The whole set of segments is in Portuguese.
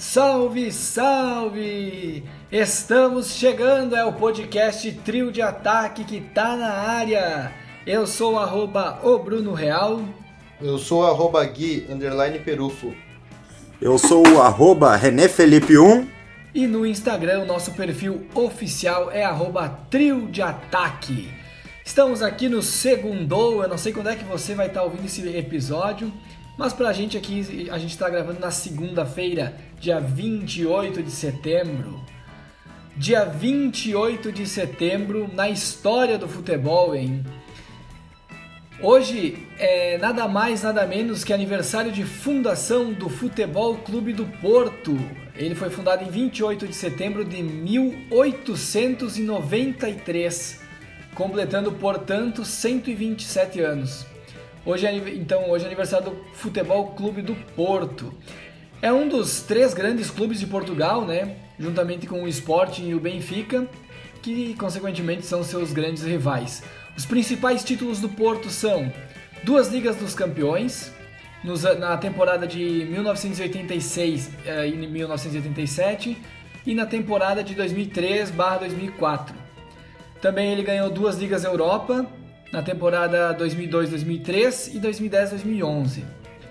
Salve, salve! Estamos chegando, é o podcast Trio de Ataque que tá na área. Eu sou o Bruno Real. Eu sou @Gui_Perufo. Eu sou o René Felipe 1. E no Instagram, o nosso perfil oficial é @Trio de Ataque. Estamos aqui no Segundou, eu não sei quando é que você vai estar ouvindo esse episódio, mas pra gente aqui, a gente está gravando na segunda-feira, dia 28 de setembro. Dia 28 de setembro, na história do futebol, hein? Hoje é nada mais, nada menos que aniversário de fundação do Futebol Clube do Porto. Ele foi fundado em 28 de setembro de 1893, completando, portanto, 127 anos. Hoje é aniversário do Futebol Clube do Porto. É um dos 3 grandes clubes de Portugal, né? Juntamente com o Sporting e o Benfica, que consequentemente são seus grandes rivais. Os principais títulos do Porto são 2 Ligas dos Campeões, na temporada de 1986 e 1987, e na temporada de 2003/2004. Também ele ganhou 2 Ligas Europa, na temporada 2002-2003 e 2010-2011.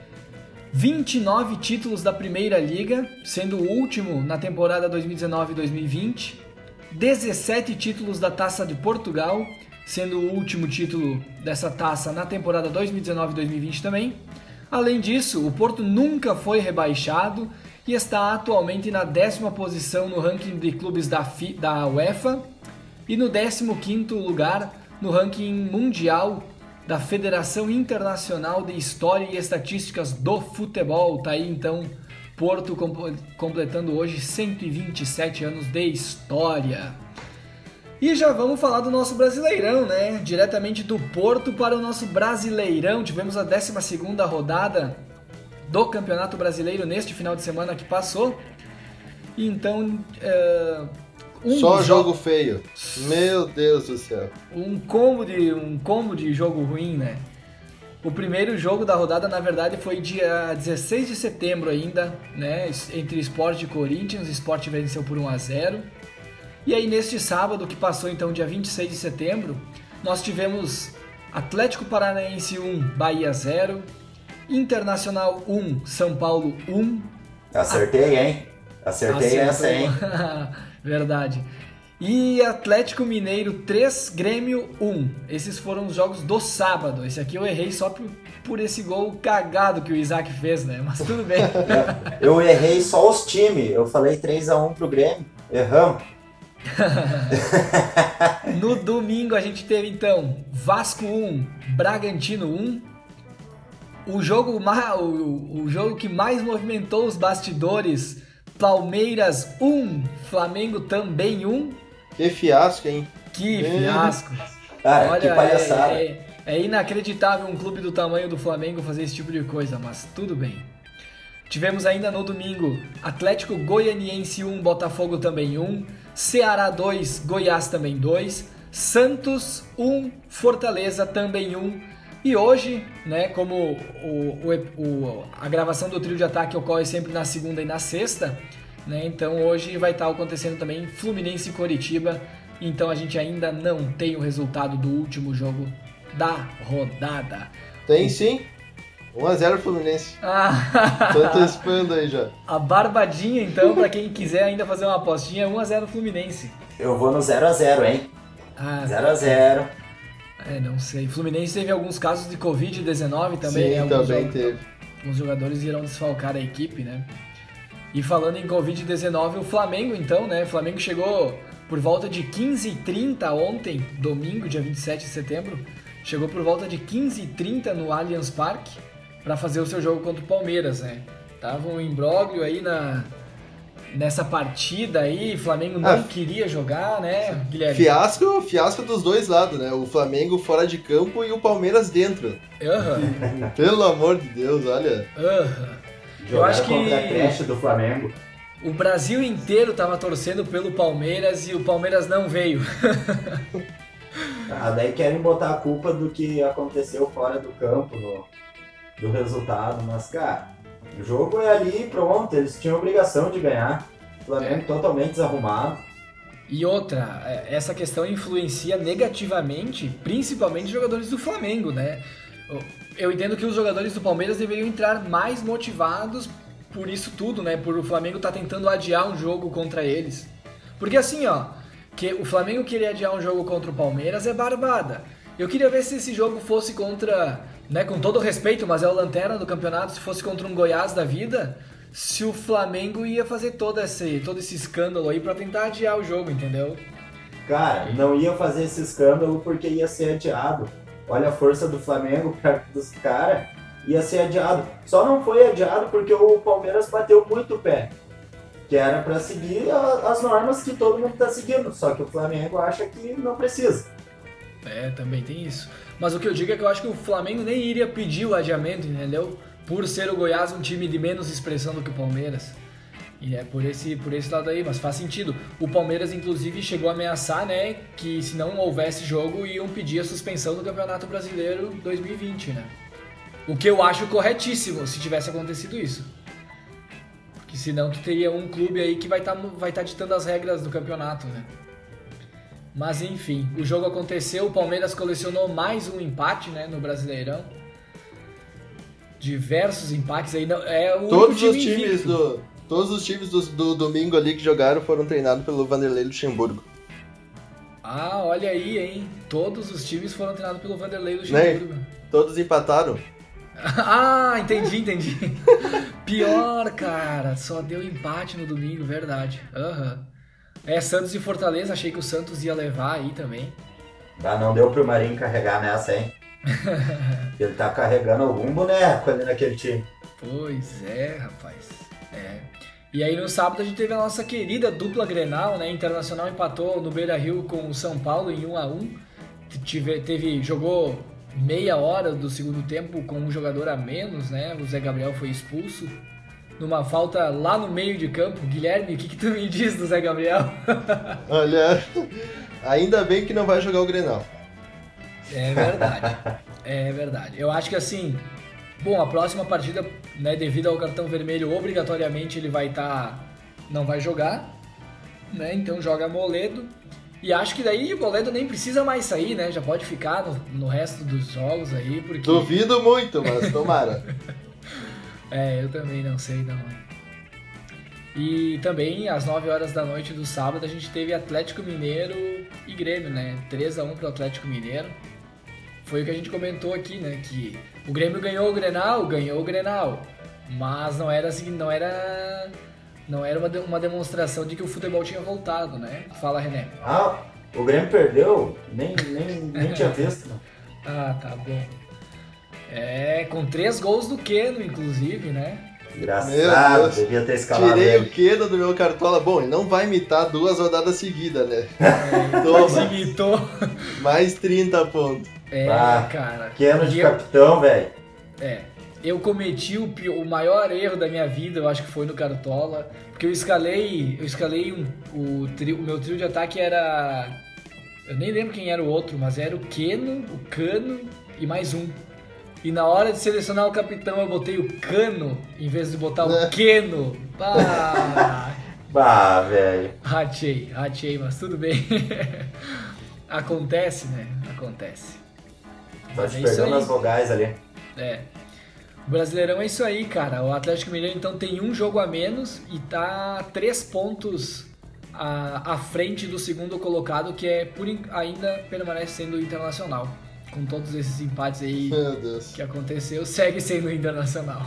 29 títulos da Primeira Liga, sendo o último na temporada 2019-2020. 17 títulos da Taça de Portugal, sendo o último título dessa taça na temporada 2019-2020 também. Além disso, o Porto nunca foi rebaixado e está atualmente na 10ª posição no ranking de clubes da UEFA e no 15º lugar no ranking mundial da Federação Internacional de História e Estatísticas do Futebol. Tá aí então Porto completando hoje 127 anos de história. E já vamos falar do nosso Brasileirão, né? Diretamente do Porto para o nosso Brasileirão. Tivemos a 12ª rodada do Campeonato Brasileiro neste final de semana que passou. Então, só jogo feio. Meu Deus do céu. Um combo de jogo ruim, né? O primeiro jogo da rodada, na verdade, foi dia 16 de setembro ainda, né? Entre Sport e Corinthians. O Sport venceu por 1-0. E aí, neste sábado, que passou então dia 26 de setembro, nós tivemos Atlético Paranaense 1, Bahia 0, Internacional 1, São Paulo 1. Acertei, hein? Acertei essa, hein? Verdade. E Atlético Mineiro 3, Grêmio 1. Esses foram os jogos do sábado. Esse aqui eu errei só por esse gol cagado que o Isaac fez, né? Mas tudo bem. Eu errei só os times. Eu falei 3-1 pro Grêmio. Erramos. No domingo a gente teve então Vasco 1, Bragantino 1. O jogo que mais movimentou os bastidores, Palmeiras 1, Flamengo também 1. Que fiasco, hein? Que fiasco. Cara, olha, que palhaçada. É inacreditável um clube do tamanho do Flamengo fazer esse tipo de coisa, mas tudo bem. Tivemos ainda no domingo Atlético Goianiense 1, Botafogo também 1, Ceará 2, Goiás também 2, Santos 1, Fortaleza também 1. E hoje, né, como a gravação do Trio de Ataque ocorre sempre na segunda e na sexta, né, então hoje vai estar acontecendo também Fluminense e Coritiba, então a gente ainda não tem o resultado do último jogo da rodada. Tem sim. 1-0 Fluminense. Tô antecipando aí já. A barbadinha, então, pra quem quiser ainda fazer uma apostinha, 1-0 Fluminense. Eu vou no 0-0, hein? 0-0. Não sei. Fluminense teve alguns casos de Covid-19 também, sim, né? Também teve. Alguns jogadores irão desfalcar a equipe, né? E falando em Covid-19, o Flamengo, então, né? O Flamengo chegou por volta de 15h30 ontem, domingo, dia 27 de setembro. Chegou por volta de 15h30 no Allianz Parque para fazer o seu jogo contra o Palmeiras, né? Tava um imbróglio aí nessa partida aí, o Flamengo não queria jogar, né, Guilherme? Fiasco dos dois lados, né? O Flamengo fora de campo e o Palmeiras dentro. Pelo amor de Deus, olha. Eu acho que contra a creche do Flamengo. O Brasil inteiro tava torcendo pelo Palmeiras e o Palmeiras não veio. Daí querem botar a culpa do que aconteceu fora do campo, do resultado, mas, cara, O jogo é ali pronto, eles tinham obrigação de ganhar. O Flamengo totalmente desarrumado. E outra, essa questão influencia negativamente, principalmente os jogadores do Flamengo, né? Eu entendo que os jogadores do Palmeiras deveriam entrar mais motivados por isso tudo, né? Por o Flamengo estar tentando adiar um jogo contra eles. Porque assim, ó, que o Flamengo querer adiar um jogo contra o Palmeiras é barbada. Eu queria ver se esse jogo fosse contra, né, com todo respeito, mas é o lanterna do campeonato, se fosse contra um Goiás da vida, se o Flamengo ia fazer todo esse escândalo aí pra tentar adiar o jogo, entendeu? Cara, não ia fazer esse escândalo porque ia ser adiado. Olha a força do Flamengo perto dos caras, ia ser adiado. Só não foi adiado porque o Palmeiras bateu muito o pé. Que era pra seguir as normas que todo mundo tá seguindo, só que o Flamengo acha que não precisa. Também tem isso. Mas o que eu digo é que eu acho que o Flamengo nem iria pedir o adiamento, entendeu? Por ser o Goiás um time de menos expressão do que o Palmeiras. E é por esse lado aí, mas faz sentido. O Palmeiras, inclusive, chegou a ameaçar, né, que se não houvesse jogo, iam pedir a suspensão do Campeonato Brasileiro 2020, né? O que eu acho corretíssimo, se tivesse acontecido isso. Porque senão tu teria um clube aí que vai tá ditando as regras do campeonato, né? Mas enfim, o jogo aconteceu, o Palmeiras colecionou mais um empate, né, no Brasileirão. Diversos empates aí, Todos os times do domingo ali que jogaram foram treinados pelo Vanderlei Luxemburgo. Ah, olha aí, hein? Todos os times foram treinados pelo Vanderlei Luxemburgo. Né? Todos empataram. Ah, entendi. Pior, cara, só deu empate no domingo, verdade. Santos e Fortaleza, achei que o Santos ia levar aí também. Não deu pro Marinho carregar nessa, hein? Ele tá carregando algum boneco ali naquele time. Pois é, rapaz. E aí no sábado a gente teve a nossa querida dupla Grenal, né? Internacional empatou no Beira-Rio com o São Paulo em 1-1. Jogou meia hora do segundo tempo com um jogador a menos, né? O Zé Gabriel foi expulso numa falta lá no meio de campo. Guilherme, o que tu me diz do Zé Gabriel? Olha, ainda bem que não vai jogar o Grenal. É verdade. Eu acho que assim, a próxima partida, né, devido ao cartão vermelho, obrigatoriamente ele não vai jogar, né? Então joga Moledo. E acho que daí o Moledo nem precisa mais sair, né? Já pode ficar no resto dos jogos aí, porque... Duvido muito, mas tomara. Eu também não sei não. E também às 9 horas da noite do sábado a gente teve Atlético Mineiro e Grêmio, né? 3-1 pro Atlético Mineiro. Foi o que a gente comentou aqui, né? Que o Grêmio ganhou o Grenal, mas não era assim, não era uma demonstração de que o futebol tinha voltado, né? Fala, René. O Grêmio perdeu? Nem tinha visto, né? Tá bom. Com 3 gols do Keno, inclusive, né? Engraçado, devia ter escalado. Tirei o Keno do meu cartola. Bom, ele não vai imitar 2 rodadas seguidas, né? Toma. Imitou. Mais 30 pontos. Cara. Keno de capitão, velho. Eu cometi o maior erro da minha vida, eu acho que foi no Cartola, porque eu escalei o meu trio de ataque era... Eu nem lembro quem era o outro, mas era o Keno, o Cano e mais um. E na hora de selecionar o capitão eu botei o Cano em vez de botar o Keno. Velho. Ratei, mas tudo bem. Acontece, né? Acontece. Tá te perdendo as vogais ali. O Brasileirão é isso aí, cara. O Atlético Mineiro então tem um jogo a menos e tá 3 pontos à frente do segundo colocado, que ainda permanece sendo o Internacional. Com todos esses empates aí que aconteceu, segue sendo o Internacional.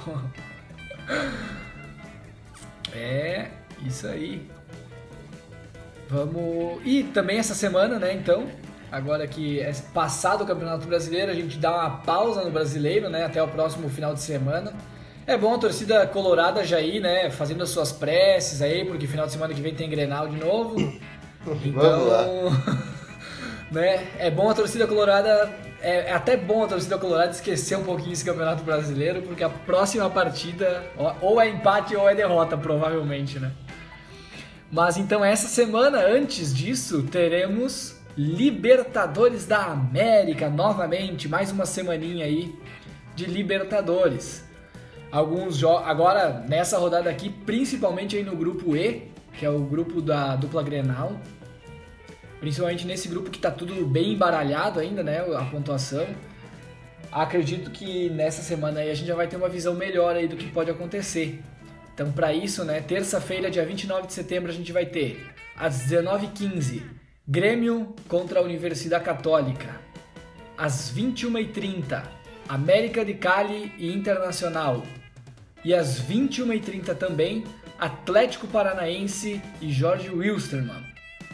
Isso aí. Vamos... E também essa semana, né, então... Agora que é passado o Campeonato Brasileiro, a gente dá uma pausa no Brasileiro, né? Até o próximo final de semana. É bom a torcida colorada já ir, né? Fazendo as suas preces aí, porque final de semana que vem tem Grenal de novo. Então, né? É bom a torcida colorada... É até bom a torcida colorada esquecer um pouquinho esse Campeonato Brasileiro, porque a próxima partida ou é empate ou é derrota, provavelmente, né? Mas então essa semana, antes disso, teremos... Libertadores da América, novamente, mais uma semaninha aí de Libertadores. Agora, nessa rodada aqui, principalmente aí no grupo E, que é o grupo da dupla Grenal, principalmente nesse grupo que tá tudo bem embaralhado ainda, né, a pontuação. Acredito que nessa semana aí a gente já vai ter uma visão melhor aí do que pode acontecer. Então, para isso, né, terça-feira, dia 29 de setembro, a gente vai ter às 19h15, Grêmio contra a Universidade Católica. Às 21h30, América de Cali e Internacional. E às 21h30 também, Atlético Paranaense e Jorge Wilstermann.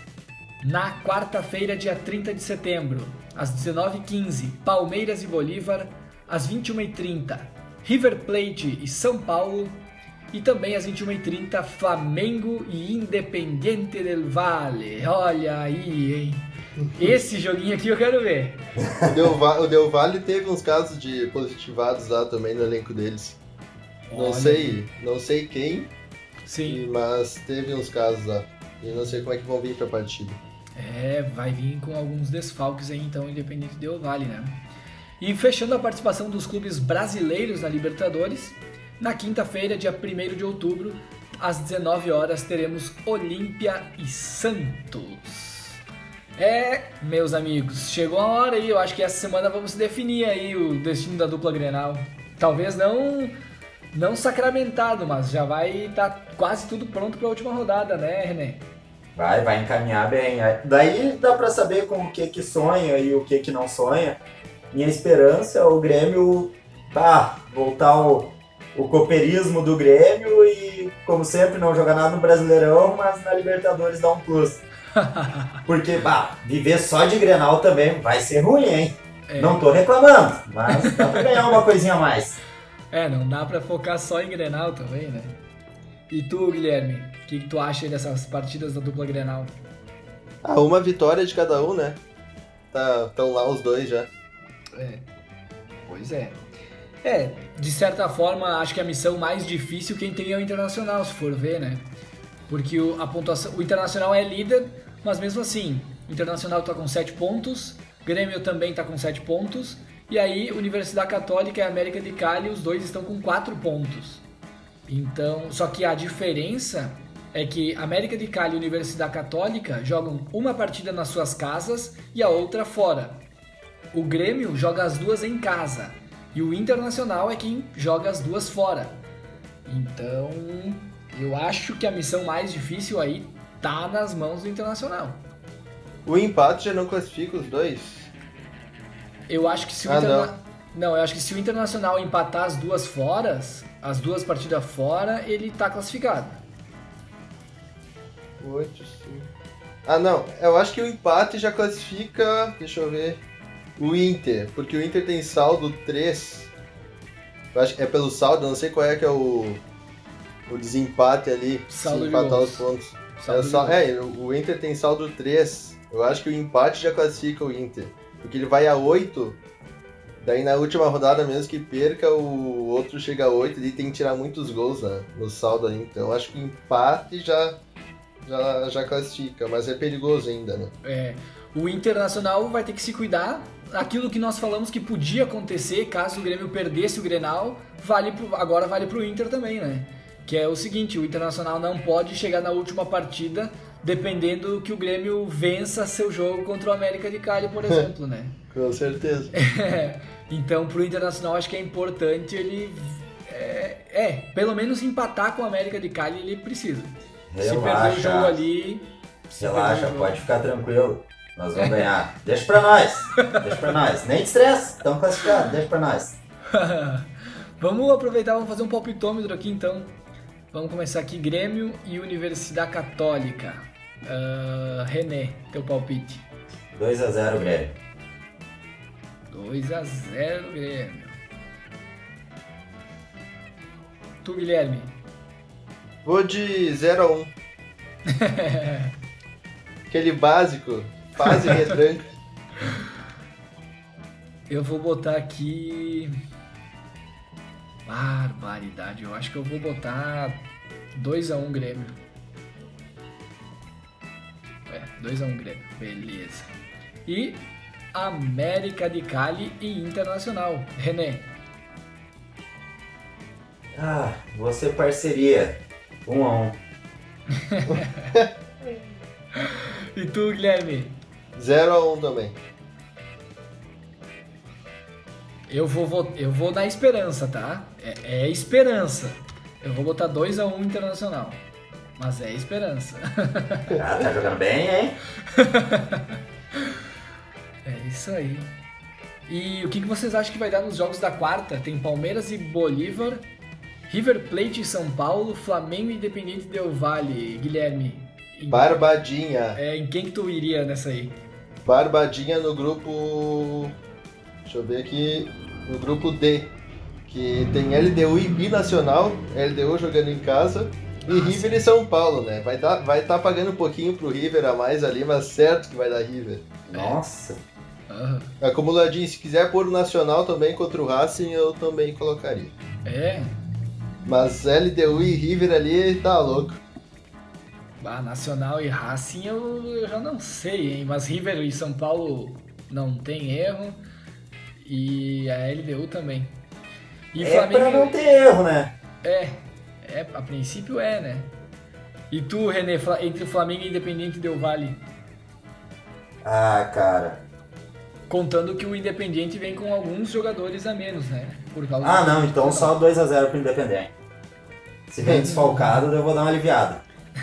Na quarta-feira, dia 30 de setembro, às 19h15, Palmeiras e Bolívar. Às 21h30, River Plate e São Paulo. E também às 21h30, Flamengo e Independiente del Valle. Olha aí, hein? Esse joguinho aqui eu quero ver. O Del Valle teve uns casos de positivados lá também no elenco deles. Não sei quem, sim, mas teve uns casos lá. E não sei como é que vão vir pra partida. Vai vir com alguns desfalques aí então, Independente Del Valle, né? E fechando a participação dos clubes brasileiros na Libertadores, na quinta-feira, dia 1º de outubro, às 19 horas, teremos Olímpia e Santos. Meus amigos, chegou a hora aí, eu acho que essa semana vamos definir aí o destino da dupla Grenal. Talvez não sacramentado, mas já vai estar quase tudo pronto para a última rodada, né, René? Vai encaminhar bem. Daí dá pra saber com o que sonha e o que não sonha. Minha esperança é o Grêmio voltar o cooperismo do Grêmio e, como sempre, não jogar nada no Brasileirão, mas na Libertadores dá um plus. Porque, viver só de Grenal também vai ser ruim, hein? Não tô reclamando, mas dá pra ganhar uma coisinha a mais. Não dá pra focar só em Grenal também, né? E tu, Guilherme, o que tu acha aí dessas partidas da dupla Grenal? Uma vitória de cada um, né? Estão lá os dois já. Pois é. De certa forma, acho que a missão mais difícil quem tem é o Internacional, se for ver, né? Porque a pontuação, o Internacional é líder, mas mesmo assim, o Internacional tá com 7 pontos, Grêmio também tá com 7 pontos, e aí Universidade Católica e América de Cali, os dois estão com 4 pontos. Então, só que a diferença é que América de Cali e Universidade Católica jogam uma partida nas suas casas e a outra fora. O Grêmio joga as duas em casa e o Internacional é quem joga as duas fora. Então, eu acho que a missão mais difícil aí tá nas mãos do Internacional. O empate já não classifica os dois? Eu acho que se o eu acho que se o Internacional empatar as duas partidas fora, ele tá classificado. 8, 5. Não, eu acho que o empate já classifica, deixa eu ver, o Inter, porque o Inter tem saldo 3. Eu acho que é pelo saldo, eu não sei qual é que é o desempate ali, saldo se empatar os pontos. O Inter tem saldo 3. Eu acho que o empate já classifica o Inter, porque ele vai a 8. Daí na última rodada, mesmo que perca, o outro chega a 8 e tem que tirar muitos gols, né, no saldo aí. Então acho que o empate já classifica, mas é perigoso ainda, né? O Internacional vai ter que se cuidar. Aquilo que nós falamos que podia acontecer caso o Grêmio perdesse o Grenal, agora vale pro Inter também, né? Que é o seguinte, o Internacional não pode chegar na última partida dependendo que o Grêmio vença seu jogo contra o América de Cali, por exemplo, né? Com certeza. Então, pro Internacional, acho que é importante ele... pelo menos empatar com o América de Cali, ele precisa. Relaxa. Se perder o jogo ali... Relaxa, pode ficar tranquilo. Nós vamos ganhar. Deixa pra nós. Nem te estresse, estamos classificados, deixa pra nós. Vamos aproveitar, vamos fazer um palpitômetro aqui, então. Vamos começar aqui, Grêmio e Universidade Católica. René, teu palpite. 2-0 Grêmio. 2-0 Grêmio. Tu, Guilherme? Vou de 0-1. Aquele básico, fase retranca. Eu vou botar aqui... Barbaridade, eu acho que eu vou botar 2-1 Grêmio. 2-1 Grêmio, beleza. E América de Cali e Internacional. René? Vou ser parceria. 1-1. E tu, Guilherme? 0-1 também. Eu vou na esperança, tá? É esperança. Eu vou botar 2-1 Internacional. Mas é esperança. Tá jogando bem, hein? É isso aí. E o que vocês acham que vai dar nos jogos da quarta? Tem Palmeiras e Bolívar, River Plate e São Paulo, Flamengo e Independiente Del Valle. Guilherme. Barbadinha. Em quem que tu iria nessa aí? Barbadinha no grupo... Deixa eu ver aqui. No grupo D. Que tem LDU e Binacional. LDU jogando em casa. E River e São Paulo, né? Vai tá pagando um pouquinho pro River a mais ali, mas certo que vai dar River. Nossa. Acumuladinho. Se quiser pôr o Nacional também contra o Racing, eu também colocaria. Mas LDU e River ali, tá louco. Nacional e Racing eu já não sei, hein? Mas River e São Paulo não tem erro. E a LDU também. E Flamengo... pra não ter erro, né? A princípio né? E tu, René, entre o Flamengo e Independiente Del Valle? Cara. Contando que o Independiente vem com alguns jogadores a menos, né? Por causa não, então só 2-0 pro Independiente. Se vem desfalcado, eu vou dar uma aliviada.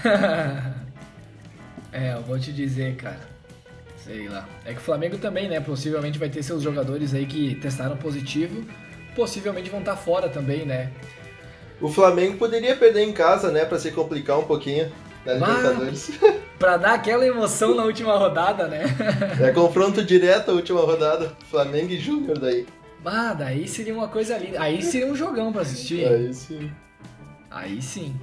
Eu vou te dizer, cara. Sei lá. É que o Flamengo também, né? Possivelmente vai ter seus jogadores aí que testaram positivo. Possivelmente vão estar fora também, né? O Flamengo poderia perder em casa, né? Pra se complicar um pouquinho na Libertadores. Pra dar aquela emoção na última rodada, né? É confronto direto a última rodada. Flamengo e Júnior daí. Daí seria uma coisa linda. Aí seria um jogão pra assistir. Aí sim.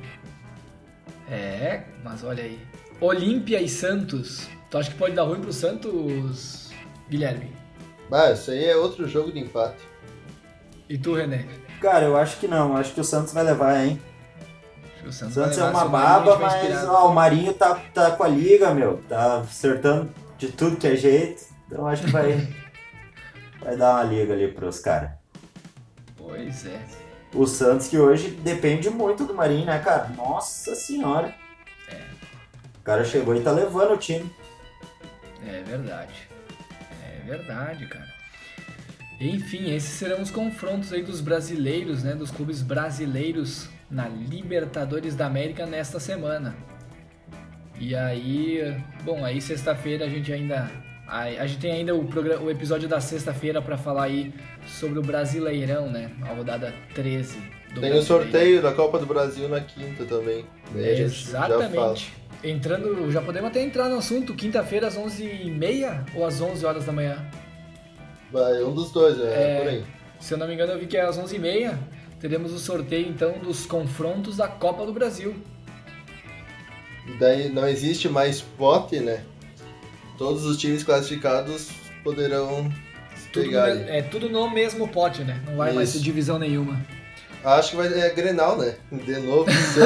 Mas olha aí. Olímpia e Santos. Tu acha que pode dar ruim pro Santos, Guilherme? Isso aí é outro jogo de empate. E tu, René? Cara, eu acho que não. Acho que o Santos vai levar, hein? O Santos é uma baba, mas o Marinho tá com a liga, meu. Tá acertando de tudo que é jeito. Então acho que vai dar uma liga ali pros caras. Pois é. O Santos que hoje depende muito do Marinho, né, cara? Nossa senhora. O cara chegou e tá levando o time. É verdade, cara. Enfim, esses serão os confrontos aí dos brasileiros, né? Dos clubes brasileiros na Libertadores da América nesta semana. E aí, aí sexta-feira a gente tem ainda o episódio da sexta-feira para falar aí sobre o Brasileirão, né? A rodada 13 do Tem o sorteio da Copa do Brasil na quinta também. Exatamente. Já podemos até entrar no assunto, quinta-feira às 11h30 ou às 11 horas da manhã? Um dos dois, por aí. Se eu não me engano, eu vi que é às 11h30. Teremos o sorteio, então, dos confrontos da Copa do Brasil. E daí não existe mais pote, né? Todos os times classificados poderão pegar. Tudo no mesmo pote, né? Não vai mais ter divisão nenhuma. Acho que vai Grenal, né? De novo.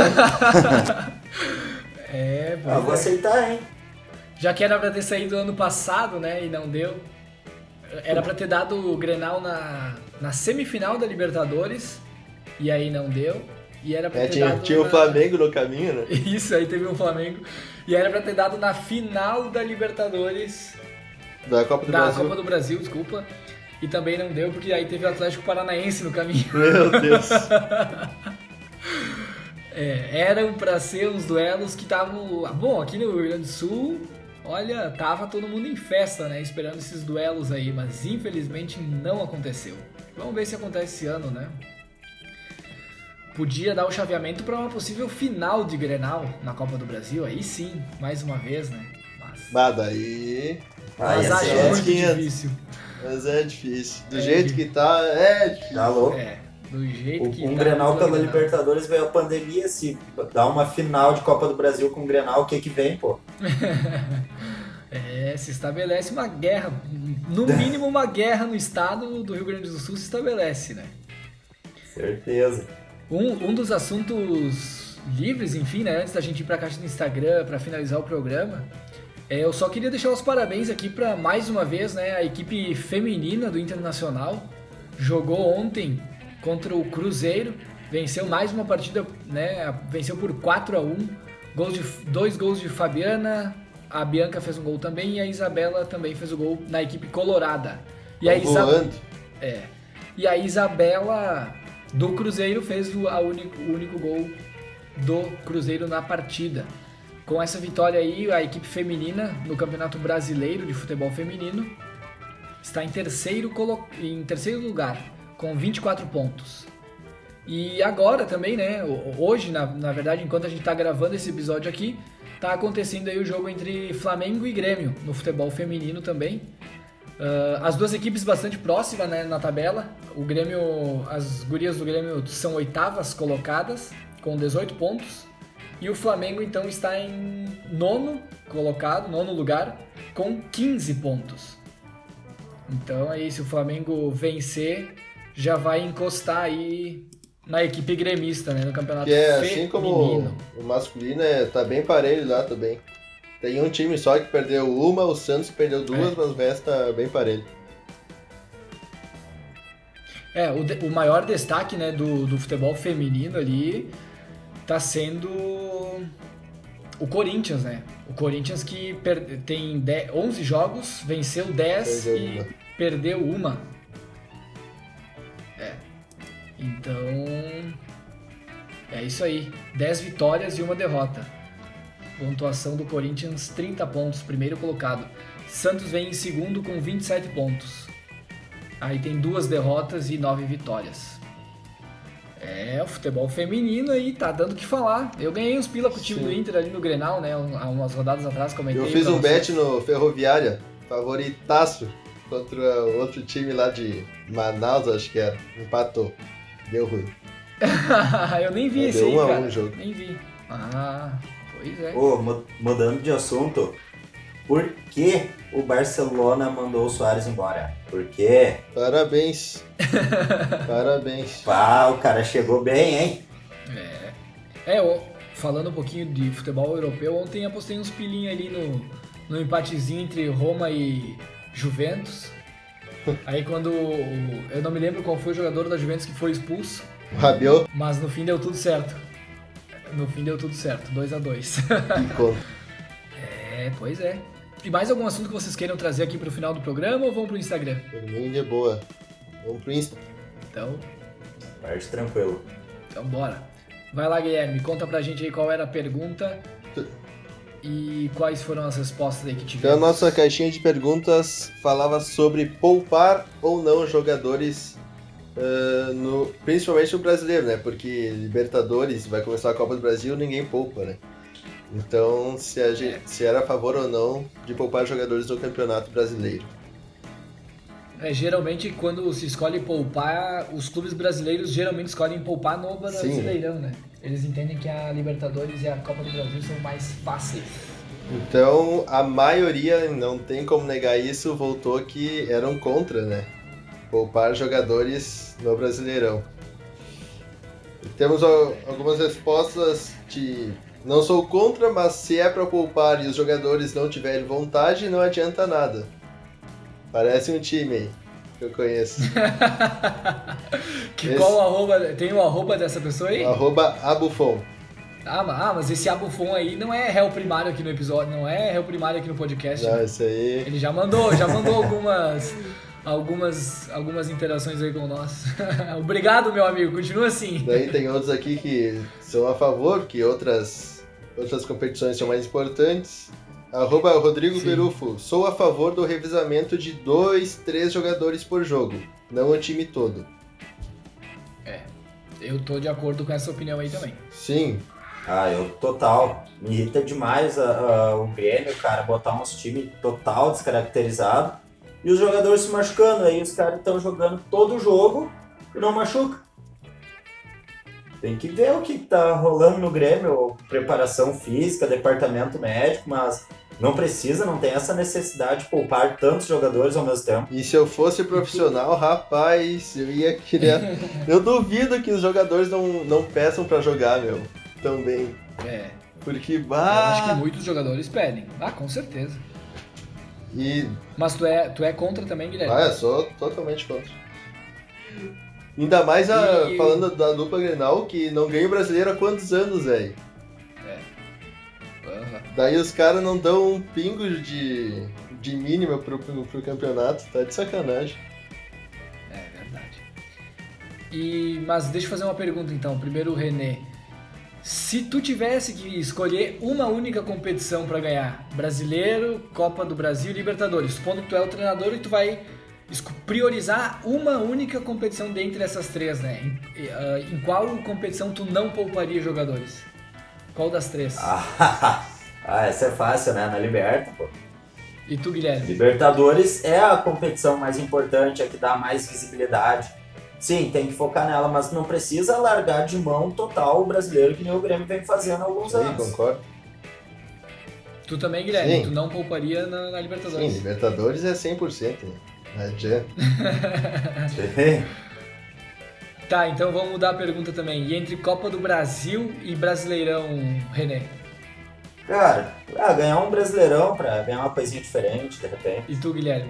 Vou aceitar, hein? Já que era pra ter saído ano passado, né? E não deu. Era pra ter dado o Grenal na semifinal da Libertadores. E aí não deu. E era pra ter dado tinha o Flamengo no caminho, né? Isso, aí teve um Flamengo. E era pra ter dado na final da Libertadores. Da Copa do Brasil, desculpa. E também não deu, porque aí teve o Atlético Paranaense no caminho. Meu Deus. Eram pra ser uns duelos que estavam... Bom, aqui no Rio Grande do Sul, olha, tava todo mundo em festa, né? Esperando esses duelos aí, mas infelizmente não aconteceu. Vamos ver se acontece esse ano, né? Podia dar o chaveamento para uma possível final de Grenal na Copa do Brasil, aí sim, mais uma vez, né? Mas daí... Mas acho muito difícil. Mas é difícil. Do jeito que tá, é difícil. Tá louco. Do jeito que tá. Grenal pela Libertadores veio a pandemia, se dá uma final de Copa do Brasil com o Grenal, o que vem, pô? Se estabelece uma guerra, no mínimo uma guerra no estado do Rio Grande do Sul se estabelece, né? Certeza. Um dos assuntos livres, enfim, né, antes da gente ir pra caixa do Instagram para finalizar o programa, eu só queria deixar os parabéns aqui para mais uma vez, né, a equipe feminina do Internacional jogou ontem contra o Cruzeiro venceu mais uma partida, né? Venceu por 4-1, 2 gols de Fabiana, a Bianca fez um gol também e a Isabela também fez o gol na equipe colorada. E a Isabela do Cruzeiro fez o único gol do Cruzeiro na partida. Com essa vitória aí, a equipe feminina no Campeonato Brasileiro de Futebol Feminino está em terceiro lugar, com 24 pontos. E agora também, né, hoje, na verdade, enquanto a gente está gravando esse episódio aqui, está acontecendo aí o jogo entre Flamengo e Grêmio, no futebol feminino também. As duas equipes bastante próximas, né, na tabela. O Grêmio, as gurias do Grêmio são 8ª colocadas, com 18 pontos. E o Flamengo, então, está em 9º lugar, com 15 pontos. Então, aí, se o Flamengo vencer, já vai encostar aí na equipe gremista, né, no campeonato feminino. Assim como o masculino tá bem parelho lá também. Tem um time só que perdeu uma, o Santos perdeu 2, mas o resto tá bem parelho. O maior destaque, né, do futebol feminino ali tá sendo o Corinthians, né? O Corinthians que tem 11 jogos, venceu 10 e perdeu uma. Então, é isso aí. 10 vitórias e uma derrota. Pontuação do Corinthians, 30 pontos, primeiro colocado. Santos vem em segundo com 27 pontos. Aí tem 2 derrotas e 9 vitórias. O futebol feminino aí tá dando o que falar. Eu ganhei uns pila com o time do Inter ali no Grenal, né? Há umas rodadas atrás, comentei. Eu fiz um bet no Ferroviária, favoritaço, contra outro time lá de Manaus, acho que era. Empatou. Deu ruim. Eu nem vi esse aí, cara. 1-1 o jogo. Nem vi. Pois é. Mudando de assunto, por que o Barcelona mandou o Suárez embora? Por quê? Parabéns. Parabéns. O cara chegou bem, hein? Falando um pouquinho de futebol europeu, ontem apostei uns pilinhos ali no empatezinho entre Roma e Juventus. Aí quando... Eu não me lembro qual foi o jogador da Juventus que foi expulso. Rabiot. Mas no fim deu tudo certo. 2-2. Pois é. E mais algum assunto que vocês queiram trazer aqui pro final do programa ou vamos pro Instagram? Por mim de boa. Vamos pro Insta. Então... Parte tranquilo. Então bora. Vai lá, Guilherme. Conta pra gente aí qual era a pergunta e quais foram as respostas aí que tivemos. Então a nossa caixinha de perguntas falava sobre poupar ou não jogadores, principalmente o brasileiro, né? Porque Libertadores, vai começar a Copa do Brasil, ninguém poupa, né? Então, se era a favor ou não de poupar jogadores do Campeonato Brasileiro. Geralmente, quando se escolhe poupar, os clubes brasileiros geralmente escolhem poupar no Brasileirão, né? Eles entendem que a Libertadores e a Copa do Brasil são mais fáceis. Então, a maioria, não tem como negar isso, voltou que eram contra, né? Poupar jogadores no Brasileirão. E temos algumas respostas de... Não sou contra, mas se é para poupar e os jogadores não tiverem vontade, não adianta nada. Parece um time aí, que eu conheço. Qual arroba? Tem o arroba dessa pessoa aí? @abufon. Mas esse Abufon aí não é réu primário aqui no episódio, não é réu primário aqui no podcast. Não, isso aí... Ele já mandou algumas interações aí com nós. Obrigado, meu amigo, continua assim. Daí tem outros aqui que são a favor, que outras competições são mais importantes. @Rodrigo Berufo, sou a favor do revezamento de 2-3 jogadores por jogo, não o time todo. Eu tô de acordo com essa opinião aí também. Sim. Eu total. Me irrita demais o Grêmio, cara, botar uns times total descaracterizado e os jogadores se machucando. Aí os caras estão jogando todo o jogo e não machuca. Tem que ver o que tá rolando no Grêmio, preparação física, departamento médico, mas não tem essa necessidade de poupar tantos jogadores ao mesmo tempo. E se eu fosse profissional, rapaz, eu ia querer... Eu duvido que os jogadores não peçam pra jogar, meu, também. Porque, eu acho que muitos jogadores pedem. Com certeza. Mas tu é contra também, Guilherme? Eu sou totalmente contra. Ainda mais falando da dupla Grenal, que não ganha o brasileiro há quantos anos, velho? Daí os caras não dão um pingo de mínima pro campeonato, tá de sacanagem. É verdade. Mas deixa eu fazer uma pergunta então. Primeiro o René. Se tu tivesse que escolher uma única competição pra ganhar, Brasileiro, Copa do Brasil e Libertadores, supondo que tu é o treinador e tu vai priorizar uma única competição dentre essas três, né? Em qual competição tu não pouparia jogadores? Qual das três? Essa é fácil, né? Na Liberta, pô. E tu, Guilherme? Libertadores é a competição mais importante, a que dá mais visibilidade. Sim, tem que focar nela, mas não precisa largar de mão total o brasileiro que nem o Grêmio vem fazendo há alguns anos. Sim, concordo. Tu também, Guilherme? Sim. Tu não pouparia na Libertadores? Sim, Libertadores é 100%, né? Não adianta. Tá, então vamos mudar a pergunta também. E entre Copa do Brasil e Brasileirão, René? Cara, ganhar um Brasileirão pra ganhar uma coisinha diferente, de repente. E tu, Guilherme?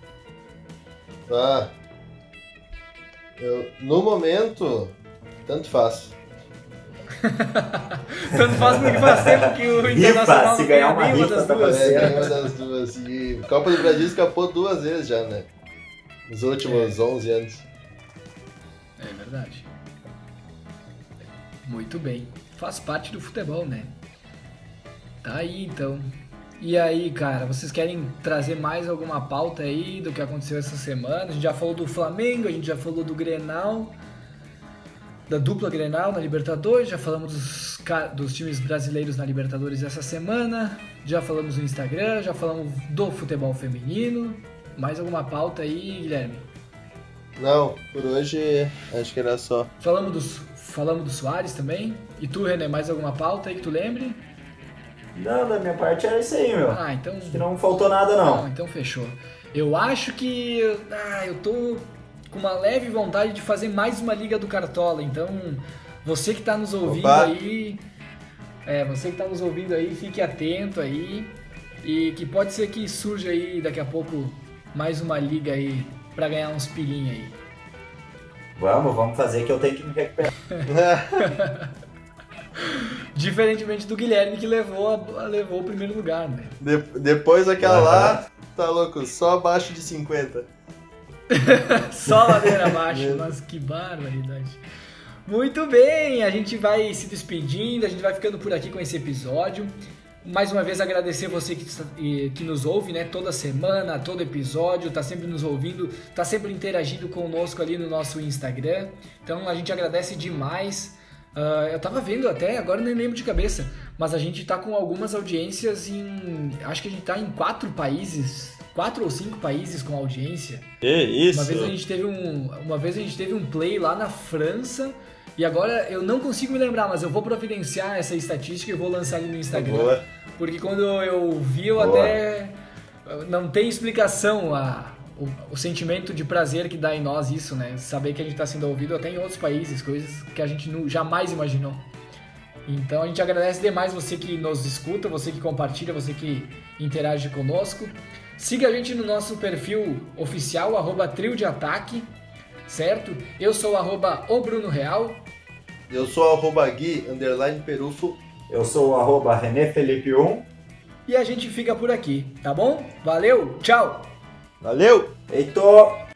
No momento, tanto faz. Tanto faz porque faz tempo que o Internacional se não ganhar ganha uma nenhuma rifa, das tá duas. Nenhuma das duas. E Copa do Brasil escapou 2 vezes já, né? Nos últimos 11 anos. É verdade. Muito bem. Faz parte do futebol, né? Tá aí, então. E aí, cara, vocês querem trazer mais alguma pauta aí do que aconteceu essa semana? A gente já falou do Flamengo, a gente já falou do Grenal, da dupla Grenal na Libertadores, já falamos dos times brasileiros na Libertadores essa semana, já falamos no Instagram, já falamos do futebol feminino. Mais alguma pauta aí, Guilherme? Não, por hoje acho que era só. Falamos do Soares também. E tu, René, mais alguma pauta aí que tu lembre? Não, da minha parte era isso aí, meu. Então... Acho que não faltou nada, não. Então fechou. Eu acho que... eu tô com uma leve vontade de fazer mais uma Liga do Cartola. Então, você que tá nos ouvindo aí... você que tá nos ouvindo aí, fique atento aí. E que pode ser que surja aí daqui a pouco mais uma liga aí pra ganhar uns pilinhos aí. Vamos fazer que eu tenho que me recuperar. Diferentemente do Guilherme que levou o primeiro lugar, né? Depois daquela lá, tá louco, só abaixo de 50. Só ladeira abaixo, mas que barbaridade. Muito bem, a gente vai se despedindo, a gente vai ficando por aqui com esse episódio. Mais uma vez agradecer você que nos ouve, né? Toda semana, todo episódio, tá sempre nos ouvindo, tá sempre interagindo conosco ali no nosso Instagram. Então a gente agradece demais. Eu tava vendo até, agora nem lembro de cabeça, mas a gente tá com algumas audiências acho que a gente tá em 4 ou 5 países com audiência. Isso! Uma vez a gente teve um play lá na França, e agora eu não consigo me lembrar, mas eu vou providenciar essa estatística e vou lançar ali no Instagram. Boa. Porque quando eu vi, até... Não tem explicação o sentimento de prazer que dá em nós isso, né? Saber que a gente está sendo ouvido até em outros países, coisas que a gente jamais imaginou. Então a gente agradece demais você que nos escuta, você que compartilha, você que interage conosco. Siga a gente no nosso perfil oficial, @triodeataque, certo? Eu sou @obrunoreal. Eu sou @Gui_Perufo. Eu sou @RenéFelipe1. E a gente fica por aqui, tá bom? Valeu, tchau! Valeu! Heitor!